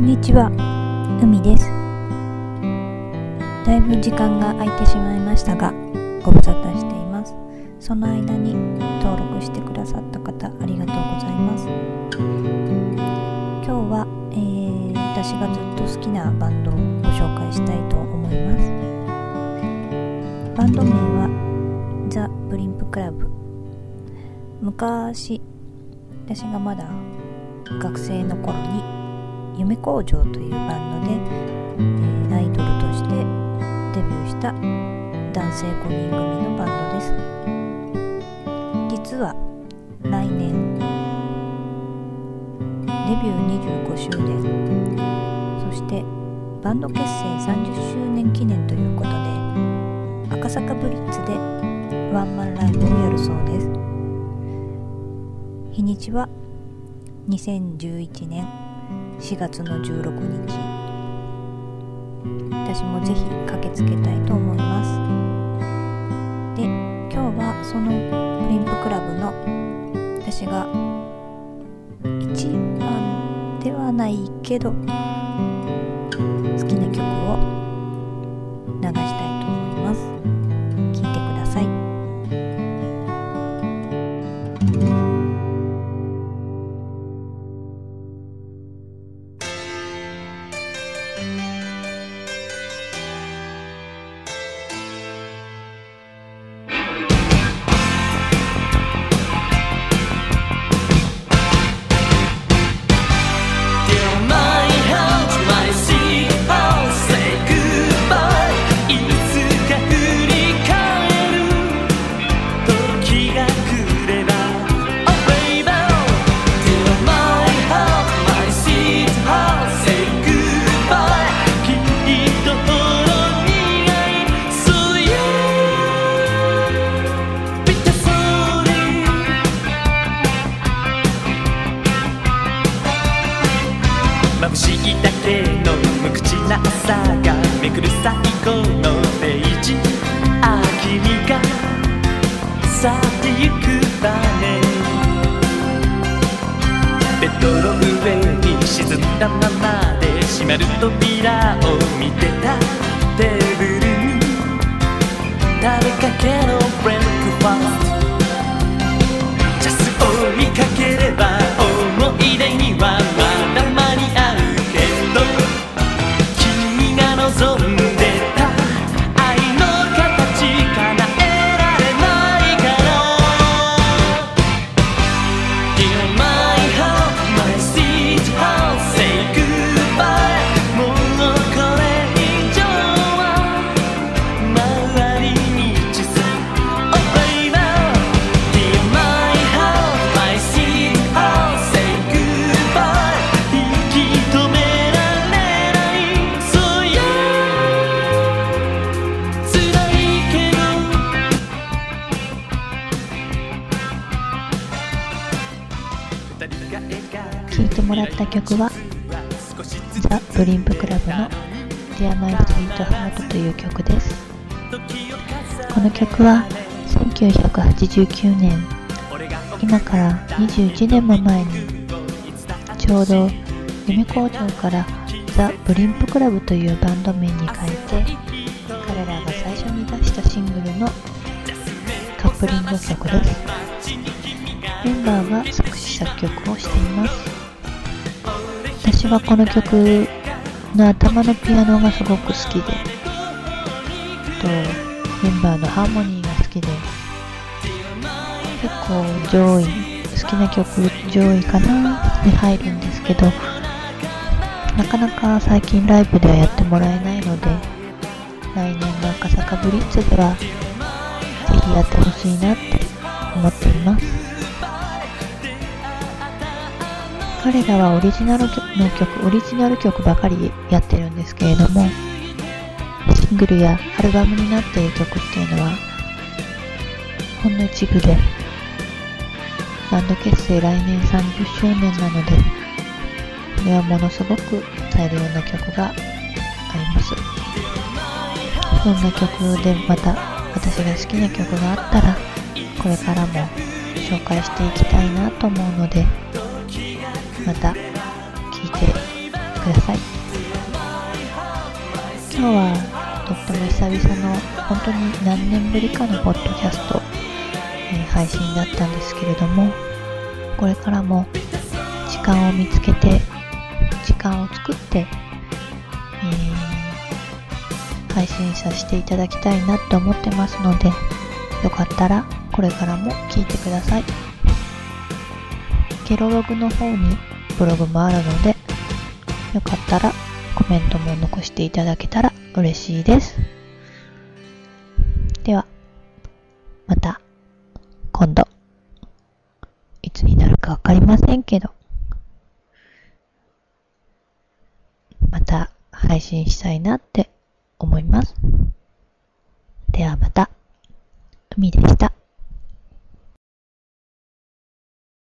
んにちは、海です。だいぶ時間が空いてしまいましたが、ご無沙汰しています。その間に登録してくださった方、ありがとうございます。今日は、私がずっと好きなバンドをご紹介したいと思います。バンド名はザ・ブリンプクラブ。昔、私がまだ学生の頃に夢工場というバンドで、アイドルとしてデビューした男性5人組のバンドです。実は来年デビュー25周年、そしてバンド結成30周年記念ということで、赤坂ブリッツでワンマンライブをやるそうです。日にちは2011年4月の16日。私もぜひ駆けつけたいと思います。で、今日はそのブリンプクラブの私が一番ではないけど好きな曲を流したいと思います。聴いてください。 眩しいだけの無口な朝がめくる最後のページ。ああ、君が去ってゆく場面。ベッドの上に沈んだままで閉まる扉を見てたテーブルに食べかけのブレックファースト。ジャスを見かければ思い出にはまだ間に合う。君が望んでた愛の形叶えられないから。 Dear my heart, my sweet heart, say goodbye。 もうこれ以上は回り道さ。 Oh baby Dear my heart, my sweet heart, say goodbye。 引き止め聴いてもらった曲はザ・ブリンプクラブの Dear My Sweet Heart という曲です。この曲は1989年、今から21年も前にちょうど夢工場からザ・ブリンプクラブというバンド名に変えて、彼らが最初に出したシングルのカップリング曲です。メンバーが作詞作曲をしています。私はこの曲の頭のピアノがすごく好きで、メンバーのハーモニーが好きで、結構上位、好きな曲上位かなに入るんですけど、なかなか最近ライブではやってもらえないので、来年の赤坂ブリッツではぜひやってほしいなって思っています。彼らはオリジナル曲ばかりやってるんですけれども、シングルやアルバムになっている曲っていうのはほんの一部で、バンド結成来年30周年なので、これはものすごく大量な曲があります。そんな曲でまた私が好きな曲があったら、これからも紹介していきたいなと思うので、また聴いてくください。今日はとっても久々の本当に何年ぶりかのポッドキャスト、配信だったんですけれども、これからも時間を見つけて時間を作って、配信させていただきたいなと思ってますので、よかったらこれからも聞いてください。ケロログの方にブログもあるので、よかったらコメントも残していただけたら嬉しいです。ではまた今度、いつになるかわかりませんけど、また配信したいなって思います。ではまた、海でした。